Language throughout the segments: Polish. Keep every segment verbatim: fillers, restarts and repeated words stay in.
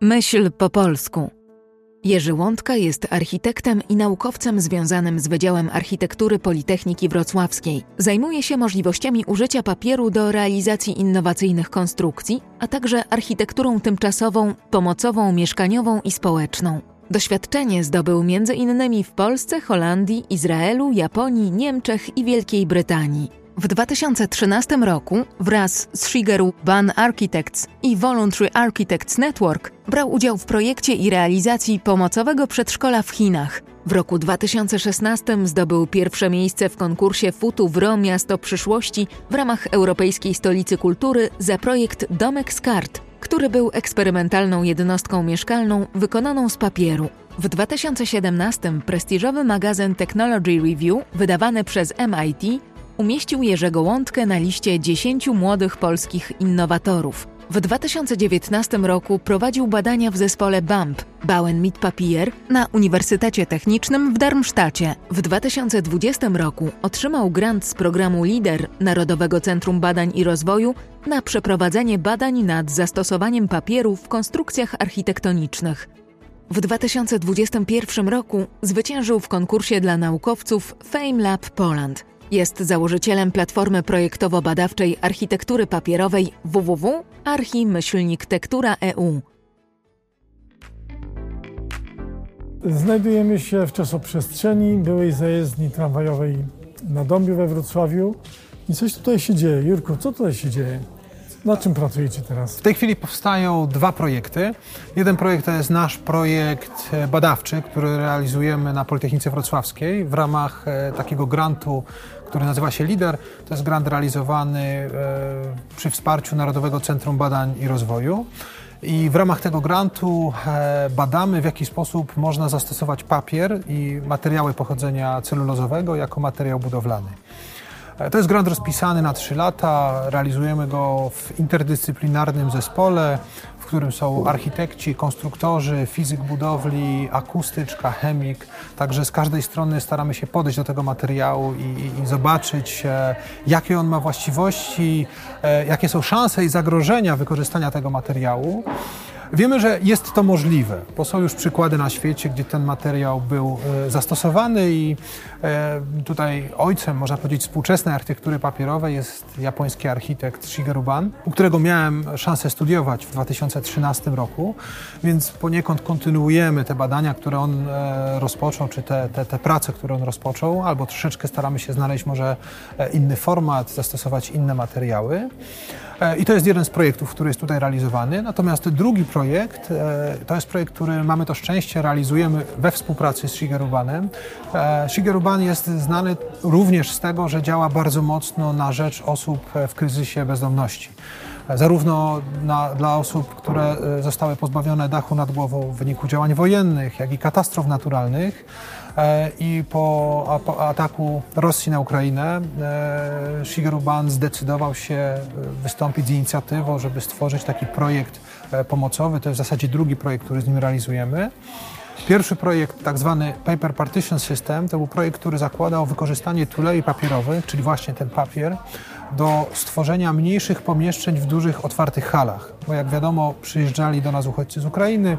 Myśl po polsku. Jerzy Łądka jest architektem i naukowcem związanym z Wydziałem Architektury Politechniki Wrocławskiej. Zajmuje się możliwościami użycia papieru do realizacji innowacyjnych konstrukcji, a także architekturą tymczasową, pomocową, mieszkaniową i społeczną. Doświadczenie zdobył między innymi w Polsce, Holandii, Izraelu, Japonii, Niemczech i Wielkiej Brytanii. W dwa tysiące trzynastym roku wraz z Shigeru Ban Architects i Voluntary Architects Network brał udział w projekcie i realizacji pomocowego przedszkola w Chinach. W roku dwa tysiące szesnastym zdobył pierwsze miejsce w konkursie Futuro Miasto Przyszłości w ramach Europejskiej Stolicy Kultury za projekt Domek z kart, który był eksperymentalną jednostką mieszkalną wykonaną z papieru. W dwa tysiące siedemnastym prestiżowy magazyn Technology Review, wydawany przez M I T, umieścił Jerzego Łądkę na liście dziesięciu młodych polskich innowatorów. W dwa tysiące dziewiętnastym roku prowadził badania w zespole B A M P Bauen mit Papier na Uniwersytecie Technicznym w Darmstadcie. W dwa tysiące dwudziestym roku otrzymał grant z programu LIDER Narodowego Centrum Badań i Rozwoju na przeprowadzenie badań nad zastosowaniem papieru w konstrukcjach architektonicznych. W dwa tysiące dwudziestym pierwszym roku zwyciężył w konkursie dla naukowców Fame Lab Poland. Jest założycielem platformy projektowo-badawczej architektury papierowej w w w kropka archi myślnik tektura kropka e u. Znajdujemy się w czasoprzestrzeni byłej zajezdni tramwajowej na Dąbiu we Wrocławiu i coś tutaj się dzieje. Jurku, co tutaj się dzieje? Na czym pracujecie teraz? W tej chwili powstają dwa projekty. Jeden projekt to jest nasz projekt badawczy, który realizujemy na Politechnice Wrocławskiej w ramach takiego grantu, który nazywa się LIDER. To jest grant realizowany przy wsparciu Narodowego Centrum Badań i Rozwoju. I w ramach tego grantu badamy, w jaki sposób można zastosować papier i materiały pochodzenia celulozowego jako materiał budowlany. To jest grant rozpisany na trzy lata, realizujemy go w interdyscyplinarnym zespole, w którym są architekci, konstruktorzy, fizyk budowli, akustyczka, chemik. Także z każdej strony staramy się podejść do tego materiału i, i, i zobaczyć, e, jakie on ma właściwości, e, jakie są szanse i zagrożenia wykorzystania tego materiału. Wiemy, że jest to możliwe, bo są już przykłady na świecie, gdzie ten materiał był e, zastosowany i e, tutaj ojcem, można powiedzieć, współczesnej architektury papierowej jest japoński architekt Shigeru Ban, u którego miałem szansę studiować w dwa tysiące trzynastym roku, więc poniekąd kontynuujemy te badania, które on e, rozpoczął, czy te, te, te prace, które on rozpoczął, albo troszeczkę staramy się znaleźć może inny format, zastosować inne materiały. I to jest jeden z projektów, który jest tutaj realizowany. Natomiast drugi projekt, to jest projekt, który mamy to szczęście, realizujemy we współpracy z Shigeru Banem. Shigeru Ban jest znany również z tego, że działa bardzo mocno na rzecz osób w kryzysie bezdomności. Zarówno na, dla osób, które zostały pozbawione dachu nad głową w wyniku działań wojennych, jak i katastrof naturalnych. I po, po ataku Rosji na Ukrainę Shigeru Ban zdecydował się wystąpić z inicjatywą, żeby stworzyć taki projekt pomocowy. To jest w zasadzie drugi projekt, który z nim realizujemy. Pierwszy projekt, tak zwany Paper Partition System, to był projekt, który zakładał wykorzystanie tulei papierowych, czyli właśnie ten papier, do stworzenia mniejszych pomieszczeń w dużych, otwartych halach. Bo jak wiadomo, przyjeżdżali do nas uchodźcy z Ukrainy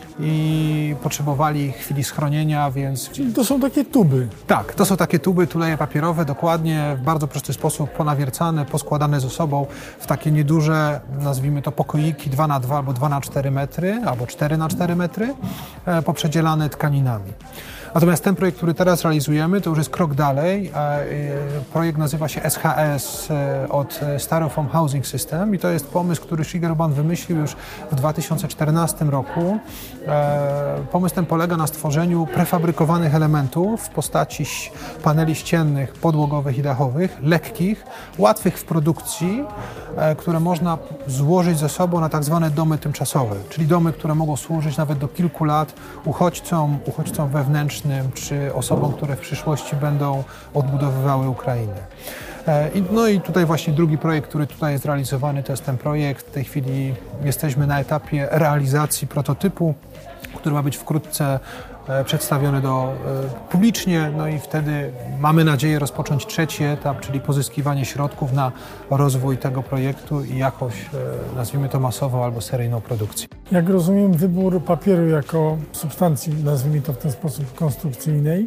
i potrzebowali chwili schronienia, więc... Czyli to są takie tuby? Tak, to są takie tuby, tuleje papierowe, dokładnie w bardzo prosty sposób ponawiercane, poskładane ze sobą w takie nieduże, nazwijmy to pokoiki dwa na dwa albo dwa na cztery metry, albo cztery na cztery metry, poprzedzielane tkaninami. Natomiast ten projekt, który teraz realizujemy, to już jest krok dalej. Projekt nazywa się S H S od Styrofoam Housing System i to jest pomysł, który Shigeru Ban wymyślił już w dwa tysiące czternastym roku. Pomysł ten polega na stworzeniu prefabrykowanych elementów w postaci paneli ściennych, podłogowych i dachowych, lekkich, łatwych w produkcji, które można złożyć ze sobą na tak zwane domy tymczasowe, czyli domy, które mogą służyć nawet do kilku lat uchodźcom, uchodźcom wewnętrznym, czy osobom, które w przyszłości będą odbudowywały Ukrainę. No i tutaj właśnie drugi projekt, który tutaj jest realizowany, to jest ten projekt. W tej chwili jesteśmy na etapie realizacji prototypu, który ma być wkrótce przedstawiony do, publicznie, no i wtedy mamy nadzieję rozpocząć trzeci etap, czyli pozyskiwanie środków na rozwój tego projektu i jakąś, nazwijmy to masową albo seryjną produkcję. Jak rozumiem, wybór papieru jako substancji, nazwijmy to w ten sposób, konstrukcyjnej,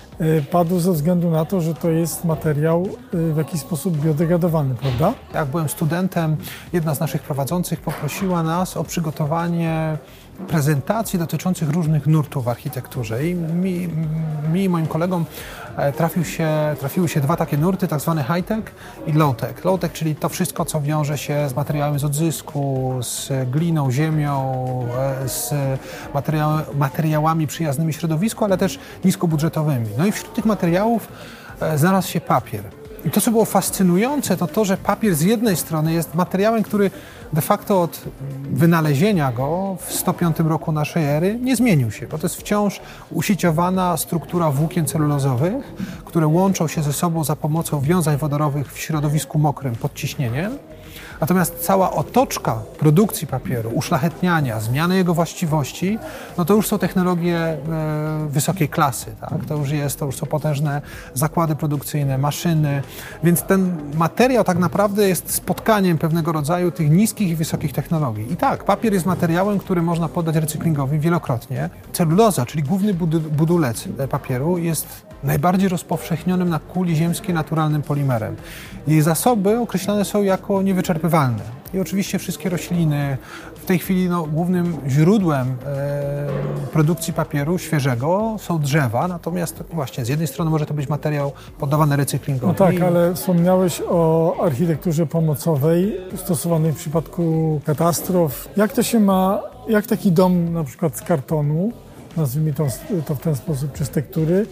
padł ze względu na to, że to jest materiał w jakiś sposób biodegradowalny, prawda? Jak byłem studentem, jedna z naszych prowadzących poprosiła nas o przygotowanie prezentacji dotyczących różnych nurtów w architekturze i mi, mi i moim kolegom trafił się, trafiły się dwa takie nurty, tak zwane high-tech i low-tech. Low-tech, czyli to wszystko, co wiąże się z materiałem z odzysku, z gliną, ziemią, z materiał, materiałami przyjaznymi środowisku, ale też niskobudżetowymi. No i wśród tych materiałów znalazł się papier. I to, co było fascynujące, to to, że papier z jednej strony jest materiałem, który de facto od wynalezienia go w sto piątym roku naszej ery nie zmienił się, bo to jest wciąż usiciowana struktura włókien celulozowych, które łączą się ze sobą za pomocą wiązań wodorowych w środowisku mokrym pod ciśnieniem. Natomiast cała otoczka produkcji papieru, uszlachetniania, zmiany jego właściwości, no to już są technologie e, wysokiej klasy, tak? To już jest, to już są potężne zakłady produkcyjne, maszyny, więc ten materiał tak naprawdę jest spotkaniem pewnego rodzaju tych niskich i wysokich technologii. I tak, papier jest materiałem, który można poddać recyklingowi wielokrotnie. Celuloza, czyli główny budulec papieru, jest najbardziej rozpowszechnionym na kuli ziemskiej naturalnym polimerem. Jej zasoby określane są jako niewyczerpywalne. I oczywiście wszystkie rośliny, w tej chwili no, głównym źródłem e, produkcji papieru świeżego są drzewa, natomiast właśnie z jednej strony może to być materiał poddawany recyklingowi. No tak, ale wspomniałeś o architekturze pomocowej stosowanej w przypadku katastrof. Jak to się ma, jak taki dom na przykład z kartonu, nazwijmy to, to w ten sposób, czy z tektury,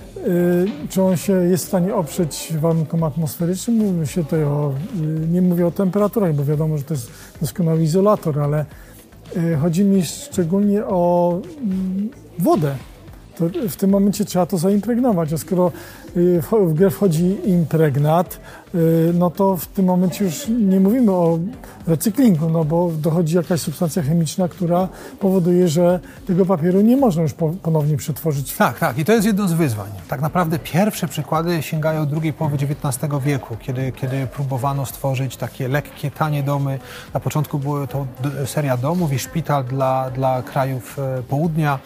czy on się jest w stanie oprzeć warunkom atmosferycznym? Mówi się tutaj o, nie mówię o temperaturach, bo wiadomo, że to jest doskonały izolator, ale chodzi mi szczególnie o wodę. To w tym momencie trzeba to zaimpregnować, a skoro w grę wchodzi impregnat, no to w tym momencie już nie mówimy o recyklingu, no bo dochodzi jakaś substancja chemiczna, która powoduje, że tego papieru nie można już ponownie przetworzyć. Tak, tak. I to jest jedno z wyzwań. Tak naprawdę pierwsze przykłady sięgają drugiej połowy dziewiętnastego wieku, kiedy, kiedy próbowano stworzyć takie lekkie, tanie domy. Na początku była to seria domów i szpital dla, dla krajów południa.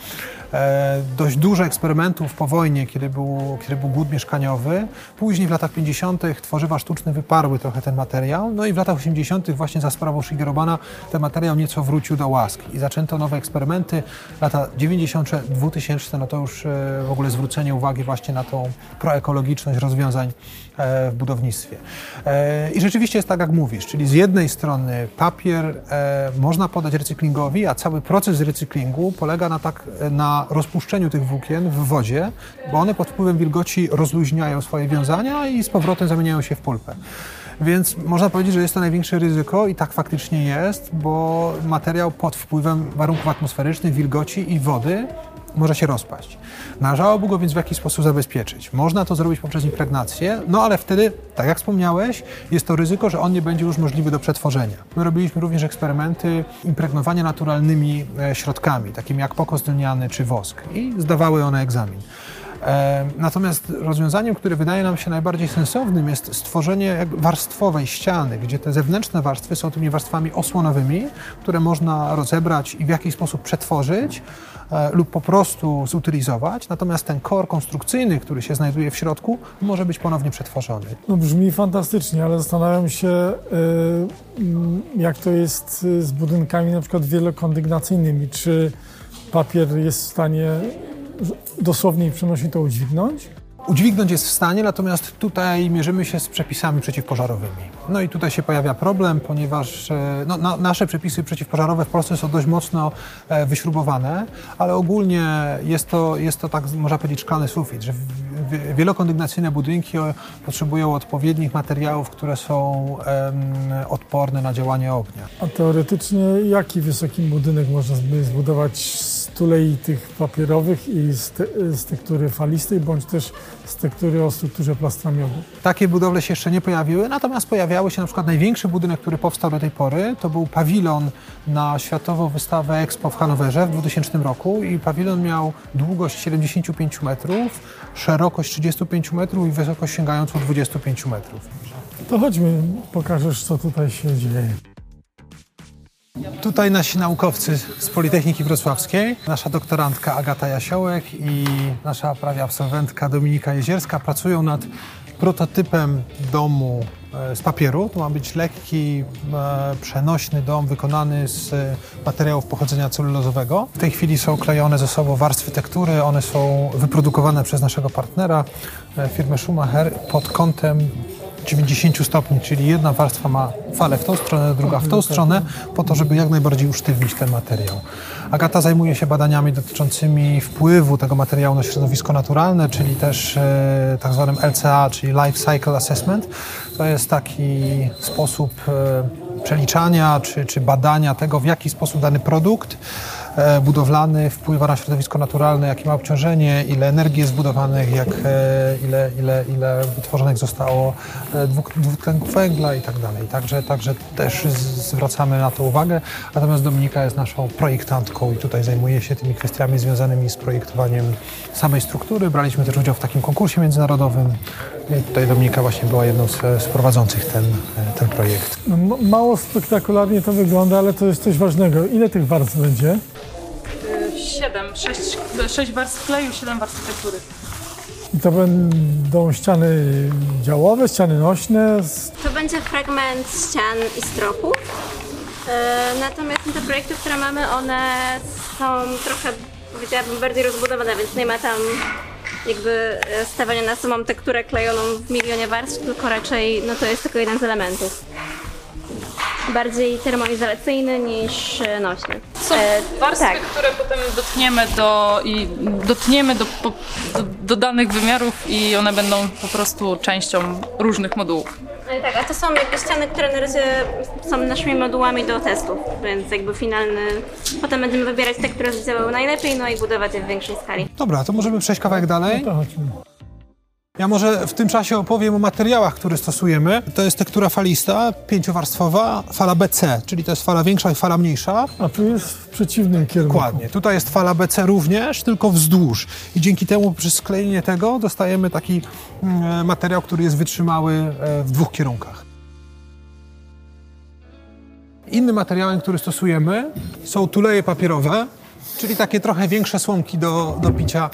E, dość dużo eksperymentów po wojnie, kiedy był, kiedy był głód mieszkaniowy. Później w latach pięćdziesiątych tworzywa sztuczne wyparły trochę ten materiał. No i w latach osiemdziesiątych właśnie za sprawą Shigerobana ten materiał nieco wrócił do łaski i zaczęto nowe eksperymenty. Lata dziewięćdziesiąte, dwutysięczne, no to już e, w ogóle zwrócenie uwagi właśnie na tą proekologiczność rozwiązań e, w budownictwie. E, I rzeczywiście jest tak, jak mówisz, czyli z jednej strony papier e, można podać recyklingowi, a cały proces recyklingu polega na tak, na rozpuszczeniu tych włókien w wodzie, bo one pod wpływem wilgoci rozluźniają swoje wiązania i z powrotem zamieniają się w pulpę. Więc można powiedzieć, że jest to największe ryzyko i tak faktycznie jest, bo materiał pod wpływem warunków atmosferycznych, wilgoci i wody może się rozpaść. Należałoby go więc w jakiś sposób zabezpieczyć. Można to zrobić poprzez impregnację, no ale wtedy, tak jak wspomniałeś, jest to ryzyko, że on nie będzie już możliwy do przetworzenia. My robiliśmy również eksperymenty impregnowania naturalnymi środkami, takimi jak pokos lniany czy wosk i zdawały one egzamin. Natomiast rozwiązaniem, które wydaje nam się najbardziej sensownym, jest stworzenie warstwowej ściany, gdzie te zewnętrzne warstwy są tymi warstwami osłonowymi, które można rozebrać i w jakiś sposób przetworzyć lub po prostu zutylizować. Natomiast ten kor konstrukcyjny, który się znajduje w środku, może być ponownie przetworzony. No brzmi fantastycznie, ale zastanawiam się, jak to jest z budynkami na przykład wielokondygnacyjnymi. Czy papier jest w stanie dosłownie przenosić to udźwignąć? Udźwignąć jest w stanie, natomiast tutaj mierzymy się z przepisami przeciwpożarowymi. No i tutaj się pojawia problem, ponieważ no, na, nasze przepisy przeciwpożarowe w Polsce są dość mocno e, wyśrubowane, ale ogólnie jest to, jest to tak, można powiedzieć, szklany sufit, że w, w, wielokondygnacyjne budynki potrzebują odpowiednich materiałów, które są em, odporne na działanie ognia. A teoretycznie jaki wysoki budynek można zbudować z tulei tych papierowych i z, te, z tektury falistej, bądź też z tektury o strukturze plastra miodu. Takie budowle się jeszcze nie pojawiły, natomiast pojawiały się na przykład największy budynek, który powstał do tej pory, to był pawilon na Światową Wystawę Expo w Hanowerze w dwutysięcznym roku i pawilon miał długość siedemdziesiąt pięć metrów, szerokość trzydzieści pięć metrów i wysokość sięgającą dwadzieścia pięć metrów. To chodźmy, pokażesz, co tutaj się dzieje. Tutaj nasi naukowcy z Politechniki Wrocławskiej, nasza doktorantka Agata Jasiołek i nasza prawie absolwentka Dominika Jezierska pracują nad prototypem domu z papieru. To ma być lekki, przenośny dom wykonany z materiałów pochodzenia celulozowego. W tej chwili są klejone ze sobą warstwy tektury. One są wyprodukowane przez naszego partnera, firmę Schumacher, pod kątem dziewięćdziesiąt stopni, czyli jedna warstwa ma falę w tą stronę, druga w tą stronę, po to, żeby jak najbardziej usztywnić ten materiał. Agata zajmuje się badaniami dotyczącymi wpływu tego materiału na środowisko naturalne, czyli też e, tak zwanym L C A, czyli Life Cycle Assessment. To jest taki sposób e, przeliczania czy, czy badania tego, w jaki sposób dany produkt budowlany wpływa na środowisko naturalne, jakie ma obciążenie, ile energii jest zbudowanych, jak, ile, ile, ile wytworzonych zostało dwutlenków węgla i tak dalej. Także, także też zwracamy na to uwagę. Natomiast Dominika jest naszą projektantką i tutaj zajmuje się tymi kwestiami związanymi z projektowaniem samej struktury. Braliśmy też udział w takim konkursie międzynarodowym i tutaj Dominika właśnie była jedną z, z prowadzących ten, ten projekt. No, mało spektakularnie to wygląda, ale to jest coś ważnego. Ile tych warstw będzie? Siedem, sześć, sześć warstw kleju, siedem warstw tektury. I to będą ściany działowe, ściany nośne? To będzie fragment ścian i stropów. Yy, natomiast te projekty, które mamy, one są trochę, powiedziałabym, bardziej rozbudowane, więc nie ma tam jakby stawiania na samą tekturę klejoną w milionie warstw, tylko raczej no to jest tylko jeden z elementów. Bardziej termoizolacyjny niż nośny. Są warstwy, tak. które potem dotkniemy do, i dotkniemy do, do, do danych wymiarów i one będą po prostu częścią różnych modułów. Tak, a to są jakby ściany, które na razie są naszymi modułami do testów, więc jakby finalny... Potem będziemy wybierać te, które zadziałały najlepiej, no i budować je w większej skali. Dobra, to możemy przejść kawałek dalej. No to chodźmy. Ja może w tym czasie opowiem o materiałach, które stosujemy. To jest tektura falista, pięciowarstwowa, fala B C, czyli to jest fala większa i fala mniejsza. A tu jest w przeciwnym kierunku. Dokładnie. Tutaj jest fala B C również, tylko wzdłuż. I dzięki temu przy sklejeniu tego dostajemy taki mm, materiał, który jest wytrzymały e, w dwóch kierunkach. Innym materiałem, który stosujemy, są tuleje papierowe, czyli takie trochę większe słomki do, do picia.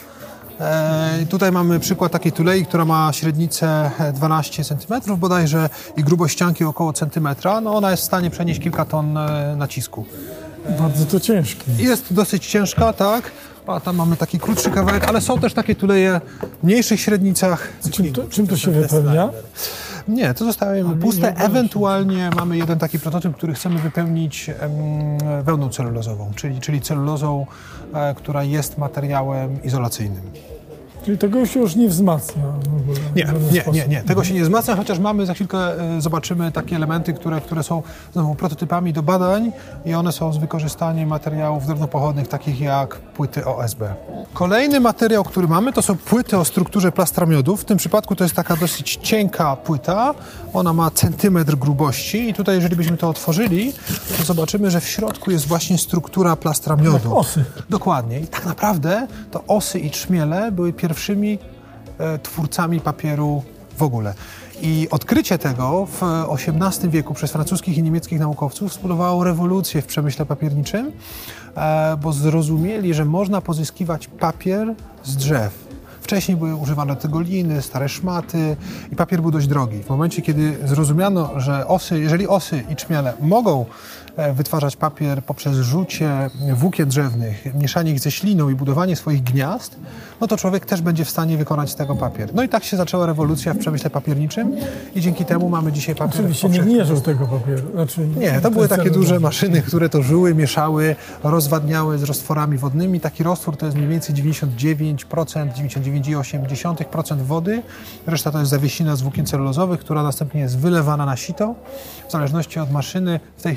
E, tutaj mamy przykład takiej tulei, która ma średnicę dwanaście centymetrów bodajże i grubość ścianki około centymetra. No ona jest w stanie przenieść kilka ton e, nacisku. Bardzo to ciężkie. Jest dosyć ciężka, tak. A tam mamy taki krótszy kawałek, ale są też takie tuleje w mniejszych średnicach. Czym to, czym to się wypełnia? Nie, to zostawiamy puste. Ewentualnie mamy jeden taki prototyp, który chcemy wypełnić em, wełną celulozową, czyli, czyli celulozą, e, która jest materiałem izolacyjnym. Czyli tego się już nie wzmacnia w ogóle? Nie, w nie, sposób. nie, nie. Tego się nie wzmacnia, chociaż mamy za chwilkę, e, zobaczymy takie elementy, które, które są znowu prototypami do badań i one są z wykorzystaniem materiałów drobnopochodnych, takich jak płyty O S B. Kolejny materiał, który mamy, to są płyty o strukturze plastra miodu. W tym przypadku to jest taka dosyć cienka płyta. Ona ma centymetr grubości i tutaj, jeżeli byśmy to otworzyli, to zobaczymy, że w środku jest właśnie struktura plastra miodu. Jak osy. Dokładnie. I tak naprawdę to osy i trzmiele były pierwszymi e, twórcami papieru w ogóle. I odkrycie tego w osiemnastym wieku przez francuskich i niemieckich naukowców spowodowało rewolucję w przemyśle papierniczym, e, bo zrozumieli, że można pozyskiwać papier z drzew. Wcześniej były używane do tego liny, stare szmaty i papier był dość drogi. W momencie, kiedy zrozumiano, że osy, jeżeli osy i trzmiele mogą wytwarzać papier poprzez rzucie włókien drzewnych, mieszanie ich ze śliną i budowanie swoich gniazd, no to człowiek też będzie w stanie wykonać z tego papier. No i tak się zaczęła rewolucja w przemyśle papierniczym i dzięki temu mamy dzisiaj papier. Oczywiście nie mierzą tego papieru. Znaczy, nie, to były takie duże maszyny, które to żyły, mieszały, rozwadniały z roztworami wodnymi. Taki roztwór to jest mniej więcej dziewięćdziesiąt dziewięć procent, dziewięćdziesiąt dziewięć przecinek osiem procent wody. Reszta to jest zawiesina z włókien celulozowych, która następnie jest wylewana na sito. W zależności od maszyny, w tej chwili to są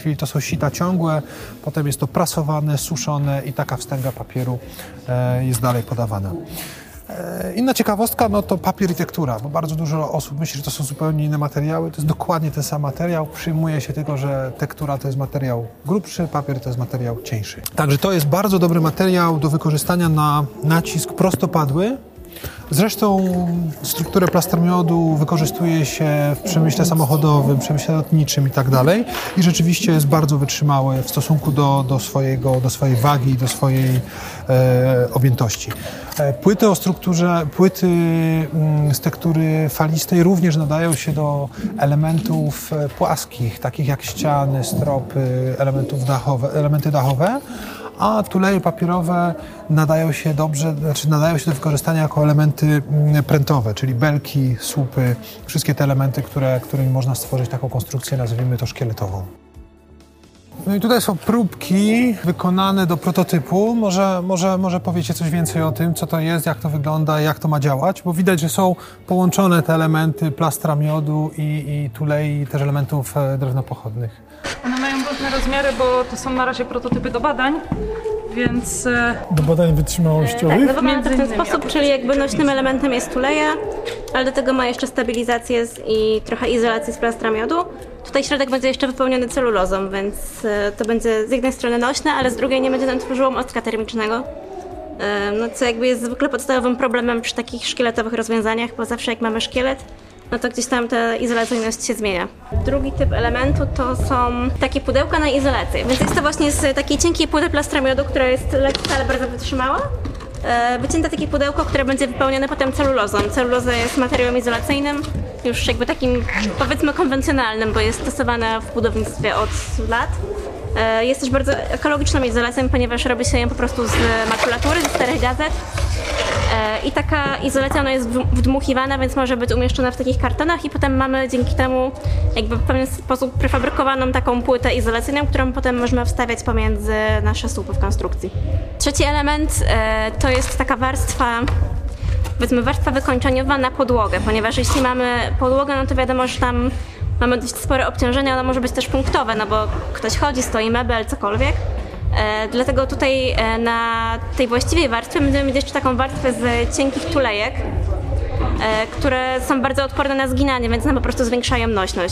sita ciągłe, potem jest to prasowane, suszone i taka wstęga papieru e, jest dalej podawana. E, inna ciekawostka, no to papier i tektura, bo bardzo dużo osób myśli, że to są zupełnie inne materiały. To jest dokładnie ten sam materiał. Przyjmuje się tylko, że tektura to jest materiał grubszy, papier to jest materiał cieńszy. Także to jest bardzo dobry materiał do wykorzystania na nacisk prostopadły. Zresztą strukturę plastomiodu wykorzystuje się w przemyśle samochodowym, przemyśle lotniczym i tak dalej i rzeczywiście jest bardzo wytrzymały w stosunku do, do, swojego, do swojej wagi i do swojej e, objętości. E, płyty o strukturze, płyty mm, z tektury falistej również nadają się do elementów e, płaskich, takich jak ściany, stropy, elementów dachowe, elementy dachowe, a tuleje papierowe nadają się dobrze, znaczy nadają się do wykorzystania jako elementy prętowe, czyli belki, słupy, wszystkie te elementy, które, którymi można stworzyć taką konstrukcję, nazwijmy to szkieletową. No i tutaj są próbki wykonane do prototypu. Może, może, może powiecie coś więcej o tym, co to jest, jak to wygląda, jak to ma działać, bo widać, że są połączone te elementy plastra miodu i, i tulei, też elementów drewnopochodnych. One mają różne rozmiary, bo to są na razie prototypy do badań, więc... Do badań wytrzymałościowych? Tak, no mamy to w ten sposób, czyli jakby nośnym elementem jest tuleja, ale do tego ma jeszcze stabilizację z, i trochę izolację z plastra miodu. Tutaj środek będzie jeszcze wypełniony celulozą, więc to będzie z jednej strony nośne, ale z drugiej nie będzie nam tworzyło mostka termicznego. No co jakby jest zwykle podstawowym problemem przy takich szkieletowych rozwiązaniach, bo zawsze jak mamy szkielet, no to gdzieś tam ta izolacyjność się zmienia. Drugi typ elementu to są takie pudełka na izolację, więc jest to właśnie z takiej cienkiej płyty plastra miodu, która jest lekka, ale bardzo wytrzymała. Wycięte takie pudełko, które będzie wypełnione potem celulozą. Celuloza jest materiałem izolacyjnym, już jakby takim powiedzmy konwencjonalnym, bo jest stosowana w budownictwie od lat. Jest też bardzo ekologiczną izolacją, ponieważ robi się ją po prostu z makulatury, ze starych gazet. I taka izolacja ona jest wdmuchiwana, więc może być umieszczona w takich kartonach i potem mamy dzięki temu jakby w pewien sposób prefabrykowaną taką płytę izolacyjną, którą potem możemy wstawiać pomiędzy nasze słupy w konstrukcji. Trzeci element to jest taka warstwa, powiedzmy warstwa wykończeniowa na podłogę, ponieważ jeśli mamy podłogę, no to wiadomo, że tam mamy dość spore obciążenie, ono może być też punktowe, no bo ktoś chodzi, stoi mebel, cokolwiek. E, dlatego tutaj e, na tej właściwej warstwie będziemy mieć jeszcze taką warstwę z cienkich tulejek, e, które są bardzo odporne na zginanie, więc nam po prostu zwiększają nośność.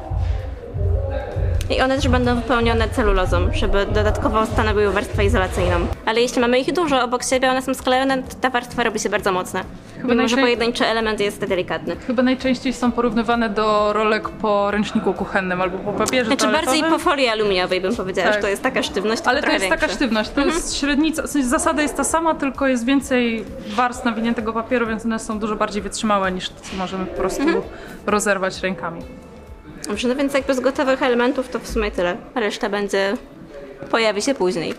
I one też będą wypełnione celulozą, żeby dodatkowo stanowiły warstwę izolacyjną. Ale jeśli mamy ich dużo obok siebie, one są sklejone, to ta warstwa robi się bardzo mocna. Chyba Mimo, że pojedynczy element jest delikatny. Chyba najczęściej są porównywane do rolek po ręczniku kuchennym albo po papierze Znaczy toaletowym. bardziej po folii aluminiowej bym powiedziała, tak. Że to jest taka sztywność. Ale to jest większa. taka sztywność, to mhm. jest średnica, w sensie zasada jest ta sama, tylko jest więcej warstw nawiniętego papieru, więc one są dużo bardziej wytrzymałe niż to, co możemy po prostu mhm. rozerwać rękami. Dobrze, no więc jakby z gotowych elementów to w sumie tyle. Reszta będzie, pojawi się później.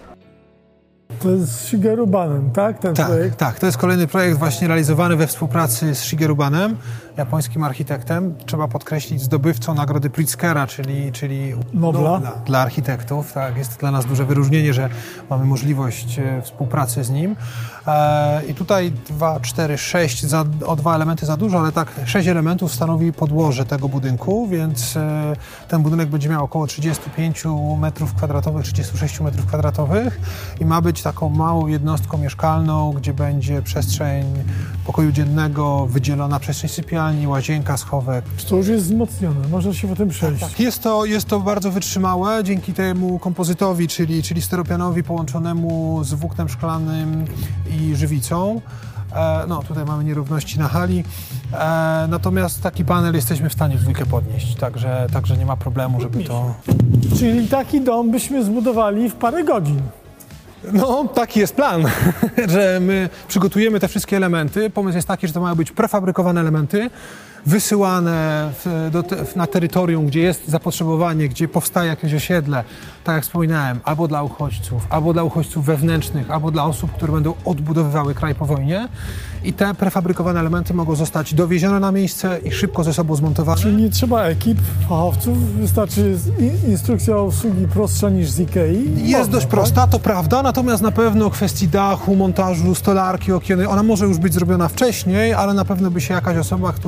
To jest Shigeru Banem, tak? Ten tak, projekt? Tak, to jest kolejny projekt właśnie realizowany we współpracy z Shigeru Banem, japońskim architektem. Trzeba podkreślić zdobywcą nagrody Pritzkera, czyli, czyli Nobla. Nobla dla architektów. Tak, jest to dla nas duże wyróżnienie, że mamy możliwość e, współpracy z nim. E, I tutaj dwa, cztery, sześć, za, o dwa elementy za dużo, ale tak sześć elementów stanowi podłoże tego budynku, więc e, ten budynek będzie miał około trzydzieści pięć metrów kwadratowych, trzydzieści sześć metrów kwadratowych i ma być taką małą jednostką mieszkalną, gdzie będzie przestrzeń pokoju dziennego, wydzielona przestrzeń sypialni, łazienka, schowek. To już jest wzmocnione, można się po tym przejść. Tak, tak. Jest to, jest to bardzo wytrzymałe dzięki temu kompozytowi, czyli, czyli styropianowi połączonemu z włóknem szklanym i żywicą. E, no tutaj mamy nierówności na hali, e, natomiast taki panel jesteśmy w stanie w dwójkę podnieść, także, także nie ma problemu, żeby to... Czyli taki dom byśmy zbudowali w parę godzin. No, taki jest plan, że my przygotujemy te wszystkie elementy. Pomysł jest taki, że to mają być prefabrykowane elementy, wysyłane w, do te, na terytorium, gdzie jest zapotrzebowanie, gdzie powstaje jakieś osiedle, tak jak wspominałem, albo dla uchodźców, albo dla uchodźców wewnętrznych, albo dla osób, które będą odbudowywały kraj po wojnie. I te prefabrykowane elementy mogą zostać dowiezione na miejsce i szybko ze sobą zmontowane. Czyli nie trzeba ekip, fachowców, wystarczy instrukcja obsługi prostsza niż z Ikei. Jest Można, dość tak? prosta, to prawda, natomiast na pewno kwestii dachu, montażu, stolarki, okien, ona może już być zrobiona wcześniej, ale na pewno by się jakaś osoba, która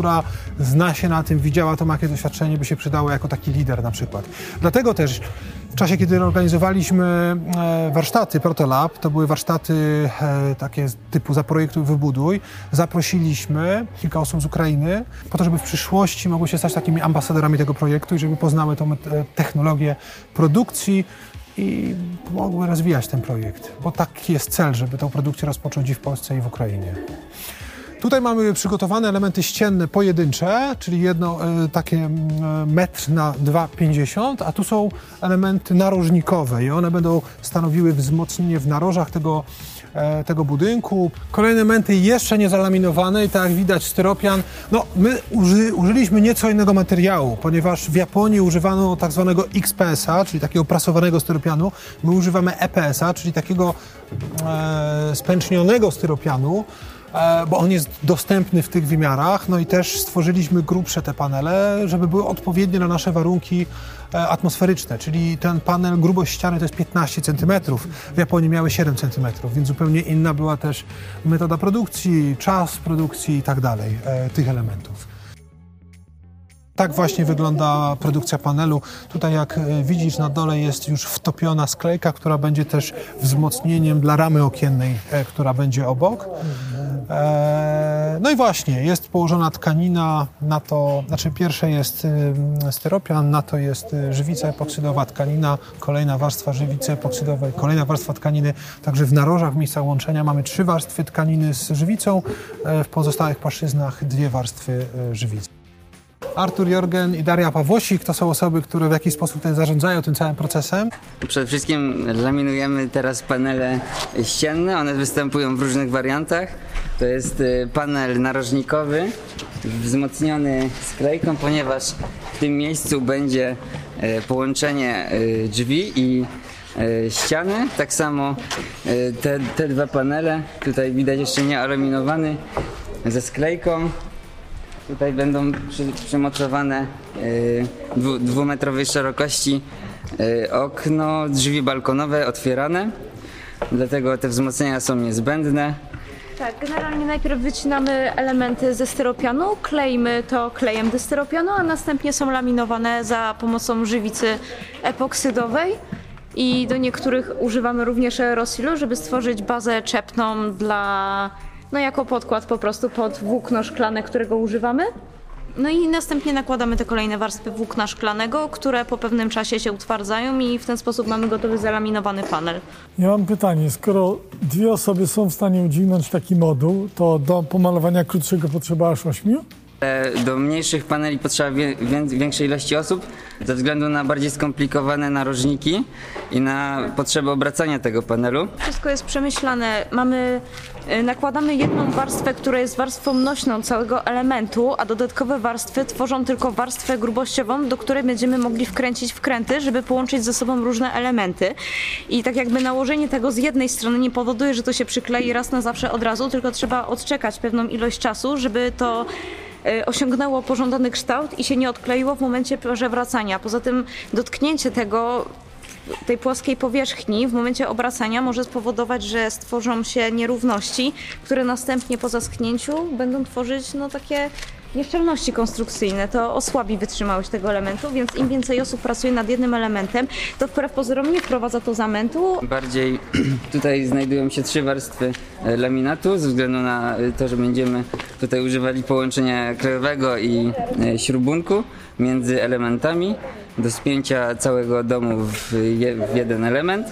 zna się na tym, widziała to, ma jakieś doświadczenie, by się przydało jako taki lider na przykład. Dlatego też w czasie, kiedy organizowaliśmy warsztaty Protolab, to były warsztaty takie typu Zaprojektuj, Wybuduj, zaprosiliśmy kilka osób z Ukrainy po to, żeby w przyszłości mogły się stać takimi ambasadorami tego projektu i żeby poznały tą technologię produkcji i mogły rozwijać ten projekt, bo taki jest cel, żeby tę produkcję rozpocząć i w Polsce, i w Ukrainie. Tutaj mamy przygotowane elementy ścienne pojedyncze, czyli jedno y, takie y, metr na dwa pięćdziesiąt, a tu są elementy narożnikowe i one będą stanowiły wzmocnienie w narożach tego, e, tego budynku. Kolejne elementy jeszcze nie zalaminowane i tak jak widać styropian. No, my uży, użyliśmy nieco innego materiału, ponieważ w Japonii używano tak zwanego X P S a, czyli takiego prasowanego styropianu. My używamy E P S a, czyli takiego e, spęcznionego styropianu, bo on jest dostępny w tych wymiarach, no i też stworzyliśmy grubsze te panele, żeby były odpowiednie na nasze warunki atmosferyczne, czyli ten panel, grubość ściany to jest piętnaście centymetrów, w Japonii miały siedem centymetrów, więc zupełnie inna była też metoda produkcji, czas produkcji i tak dalej tych elementów. Tak właśnie wygląda produkcja panelu. Tutaj jak widzisz na dole jest już wtopiona sklejka, która będzie też wzmocnieniem dla ramy okiennej, która będzie obok. No i właśnie, jest położona tkanina, na to, znaczy pierwsze jest styropian, na to jest żywica epoksydowa, tkanina, kolejna warstwa żywicy epoksydowej, kolejna warstwa tkaniny. Także w narożach, w miejscach łączenia mamy trzy warstwy tkaniny z żywicą, w pozostałych płaszczyznach dwie warstwy żywicy. Artur Jorgen i Daria Pawłosik to są osoby, które w jakiś sposób tutaj zarządzają tym całym procesem. Przede wszystkim laminujemy teraz panele ścienne, one występują w różnych wariantach. To jest panel narożnikowy, wzmocniony sklejką, ponieważ w tym miejscu będzie połączenie drzwi i ściany. Tak samo te, te dwa panele, tutaj widać jeszcze nie alaminowany, ze sklejką. Tutaj będą przy, przymocowane y, dwu, dwumetrowej szerokości y, okno, drzwi balkonowe otwierane, dlatego te wzmocnienia są niezbędne. Tak, generalnie najpierw wycinamy elementy ze styropianu, kleimy to klejem do styropianu, a następnie są laminowane za pomocą żywicy epoksydowej i do niektórych używamy również aerosilu, żeby stworzyć bazę czepną dla... no jako podkład po prostu pod włókno szklane, którego używamy. No i następnie nakładamy te kolejne warstwy włókna szklanego, które po pewnym czasie się utwardzają i w ten sposób mamy gotowy zalaminowany panel. Ja mam pytanie, skoro dwie osoby są w stanie udźwignąć taki moduł, to do pomalowania krótszego potrzeba aż ośmiu? Do mniejszych paneli potrzeba wie, większej ilości osób ze względu na bardziej skomplikowane narożniki i na potrzebę obracania tego panelu. Wszystko jest przemyślane. Mamy, nakładamy jedną warstwę, która jest warstwą nośną całego elementu, a dodatkowe warstwy tworzą tylko warstwę grubościową, do której będziemy mogli wkręcić wkręty, żeby połączyć ze sobą różne elementy. I tak jakby nałożenie tego z jednej strony nie powoduje, że to się przyklei raz na zawsze od razu, tylko trzeba odczekać pewną ilość czasu, żeby to osiągnęło pożądany kształt i się nie odkleiło w momencie przewracania. Poza tym dotknięcie tego, tej płaskiej powierzchni w momencie obracania może spowodować, że stworzą się nierówności, które następnie po zaschnięciu będą tworzyć no, takie nieszczelności konstrukcyjne. To osłabi wytrzymałość tego elementu, więc im więcej osób pracuje nad jednym elementem, to wbrew pozorom nie wprowadza to zamętu. Bardziej tutaj znajdują się trzy warstwy laminatu, ze względu na to, że będziemy tutaj używali połączenia krajowego i śrubunku między elementami do spięcia całego domu w, je, w jeden element.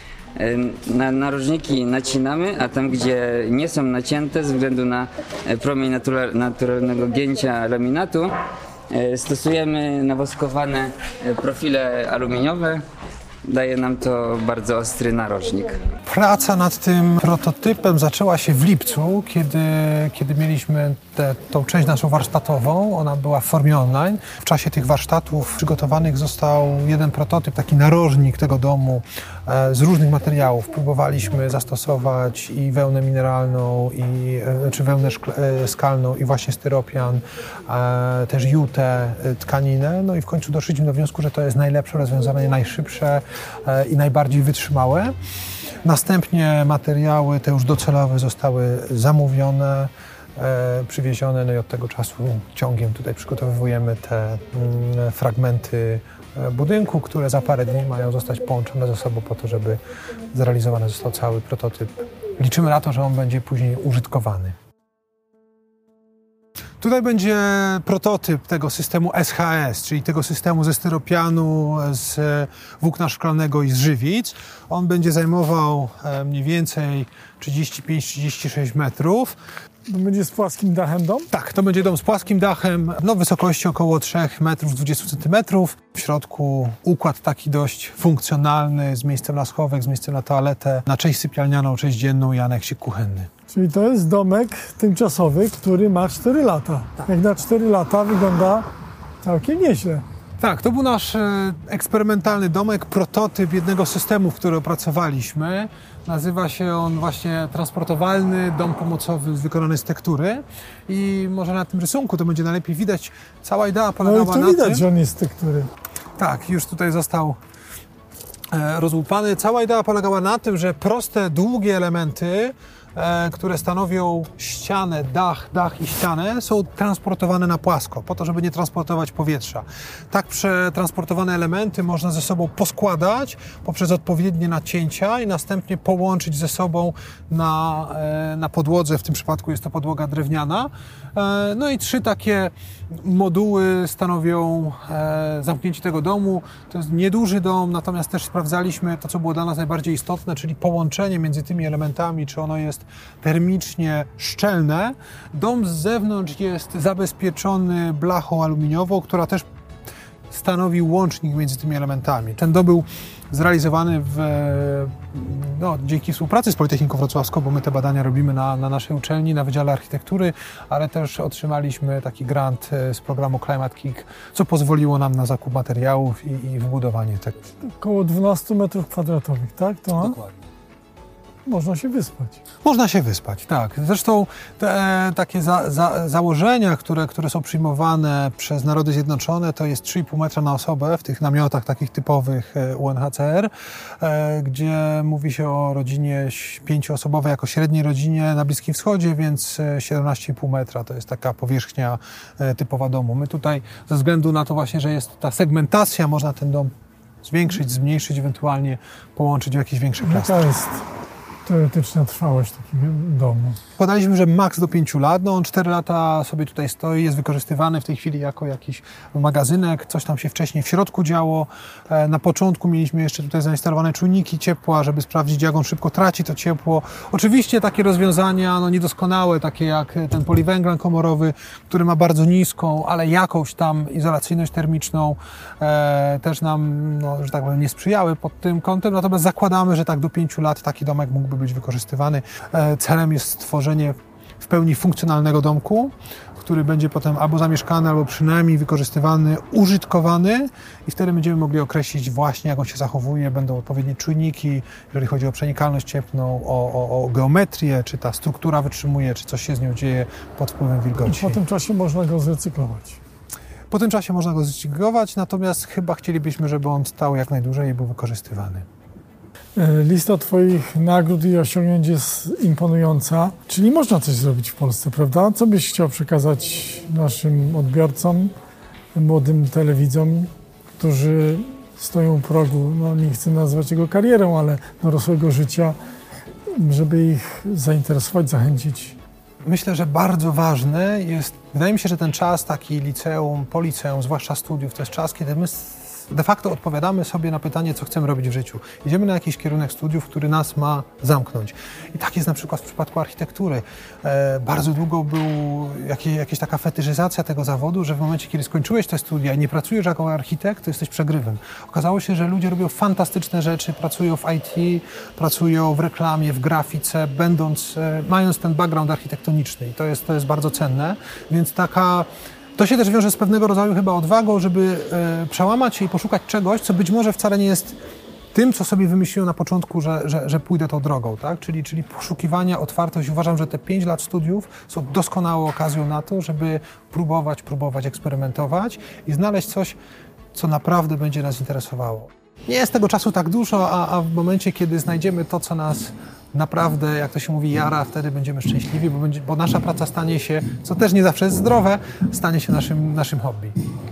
Na narożniki nacinamy, a tam gdzie nie są nacięte ze względu na promień natura, naturalnego gięcia laminatu stosujemy nawoskowane profile aluminiowe. Daje nam to bardzo ostry narożnik. Praca nad tym prototypem zaczęła się w lipcu, kiedy, kiedy mieliśmy tę tą część naszą warsztatową. Ona była w formie online. W czasie tych warsztatów przygotowanych został jeden prototyp, taki narożnik tego domu e, z różnych materiałów. Próbowaliśmy zastosować i wełnę mineralną, i, e, czy wełnę szkle, e, skalną i właśnie styropian, e, też jutę, e, tkaninę. No i w końcu doszliśmy do wniosku, że to jest najlepsze rozwiązanie, najszybsze i najbardziej wytrzymałe. Następnie materiały te już docelowe zostały zamówione e, przywiezione, no i od tego czasu ciągiem tutaj przygotowujemy te mm, fragmenty budynku, które za parę dni mają zostać połączone ze sobą po to, żeby zrealizowany został cały prototyp. Liczymy na to, że on będzie później użytkowany. Tutaj będzie prototyp tego systemu S H S, czyli tego systemu ze styropianu, z włókna szklanego i z żywic. On będzie zajmował mniej więcej trzydzieści pięć do trzydziestu sześciu metrów. To będzie z płaskim dachem dom? Tak, to będzie dom z płaskim dachem, no wysokości około trzech metrów dwadzieścia centymetrów. W środku układ taki dość funkcjonalny, z miejscem na schowek, z miejscem na toaletę, na część sypialnianą, część dzienną i aneksik kuchenny. Czyli to jest domek tymczasowy, który ma cztery lata. Tak. Jak na cztery lata wygląda całkiem nieźle. Tak, to był nasz e, eksperymentalny domek, prototyp jednego systemu, który opracowaliśmy. Nazywa się on właśnie transportowalny dom pomocowy wykonany z tektury. I może na tym rysunku to będzie najlepiej widać. Cała idea polegała no i to na widać, tym... że on jest z tektury. Tak, już tutaj został e, rozłupany. Cała idea polegała na tym, że proste, długie elementy, e, które stanowią ścianę, dach, dach i ścianę, są transportowane na płasko, po to, żeby nie transportować powietrza. Tak przetransportowane elementy można ze sobą poskładać poprzez odpowiednie nacięcia i następnie połączyć ze sobą na, e, na podłodze, w tym przypadku jest to podłoga drewniana. E, no i trzy takie moduły stanowią e, zamknięcie tego domu. To jest nieduży dom, natomiast też sprawdzaliśmy to, co było dla nas najbardziej istotne, czyli połączenie między tymi elementami, czy ono jest termicznie szczelne. Dom z zewnątrz jest zabezpieczony blachą aluminiową, która też stanowi łącznik między tymi elementami. Ten dom był zrealizowany w, no, dzięki współpracy z Politechniką Wrocławską, bo my te badania robimy na, na naszej uczelni, na Wydziale Architektury, ale też otrzymaliśmy taki grant z programu Climate Kick, co pozwoliło nam na zakup materiałów i, i wybudowanie tego. Około dwanaście metrów kwadratowych, tak? To Dokładnie. Można się wyspać. Można się wyspać, tak. Zresztą te takie za, za, założenia, które, które są przyjmowane przez Narody Zjednoczone, to jest trzy i pół metra na osobę w tych namiotach takich typowych U N H C R, e, gdzie mówi się o rodzinie pięcioosobowej jako średniej rodzinie na Bliskim Wschodzie, więc siedemnaście i pół metra to jest taka powierzchnia e, typowa domu. My tutaj ze względu na to właśnie, że jest ta segmentacja, można ten dom zwiększyć, zmniejszyć, ewentualnie połączyć w jakieś większe klasy. Jaka jest teoretyczna trwałość takiego domu? Podaliśmy, że maks do pięciu lat. No on cztery lata sobie tutaj stoi, jest wykorzystywany w tej chwili jako jakiś magazynek. Coś tam się wcześniej w środku działo. Na początku mieliśmy jeszcze tutaj zainstalowane czujniki ciepła, żeby sprawdzić, jak on szybko traci to ciepło. Oczywiście takie rozwiązania no, niedoskonałe, takie jak ten poliwęglan komorowy, który ma bardzo niską, ale jakąś tam izolacyjność termiczną e, też nam, no, że tak powiem, nie sprzyjały pod tym kątem. Natomiast zakładamy, że tak do pięciu lat taki domek mógłby być wykorzystywany. E, celem jest stworzenie w pełni funkcjonalnego domku, który będzie potem albo zamieszkany, albo przynajmniej wykorzystywany, użytkowany i wtedy będziemy mogli określić właśnie, jak on się zachowuje. Będą odpowiednie czujniki, jeżeli chodzi o przenikalność cieplną, o, o, o geometrię, czy ta struktura wytrzymuje, czy coś się z nią dzieje pod wpływem wilgoci. I po tym czasie można go zrecyklować. Po tym czasie można go zrecyklować, natomiast chyba chcielibyśmy, żeby on stał jak najdłużej i był wykorzystywany. Lista Twoich nagród i osiągnięć jest imponująca, czyli można coś zrobić w Polsce, prawda? Co byś chciał przekazać naszym odbiorcom, młodym telewidzom, którzy stoją u progu, no nie chcę nazwać jego karierą, ale dorosłego życia, żeby ich zainteresować, zachęcić? Myślę, że bardzo ważne jest, wydaje mi się, że ten czas taki liceum, po liceum, zwłaszcza studiów, to jest czas, kiedy my de facto odpowiadamy sobie na pytanie, co chcemy robić w życiu. Idziemy na jakiś kierunek studiów, który nas ma zamknąć. I tak jest na przykład w przypadku architektury. E, bardzo długo był jakieś, jakaś taka fetyszyzacja tego zawodu, że w momencie, kiedy skończyłeś te studia i nie pracujesz jako architekt, to jesteś przegrywem. Okazało się, że ludzie robią fantastyczne rzeczy, pracują w I T, pracują w reklamie, w grafice, będąc, e, mając ten background architektoniczny. I to jest, to jest bardzo cenne. Więc taka To się też wiąże z pewnego rodzaju chyba odwagą, żeby e, przełamać się i poszukać czegoś, co być może wcale nie jest tym, co sobie wymyśliłem na początku, że, że, że pójdę tą drogą, tak? Czyli, czyli poszukiwania, otwartość. Uważam, że te pięć lat studiów są doskonałą okazją na to, żeby próbować, próbować, eksperymentować i znaleźć coś, co naprawdę będzie nas interesowało. Nie jest tego czasu tak dużo, a, a w momencie, kiedy znajdziemy to, co nas naprawdę, jak to się mówi, jara, wtedy będziemy szczęśliwi, bo, będzie, bo nasza praca stanie się, co też nie zawsze jest zdrowe, stanie się naszym, naszym hobby.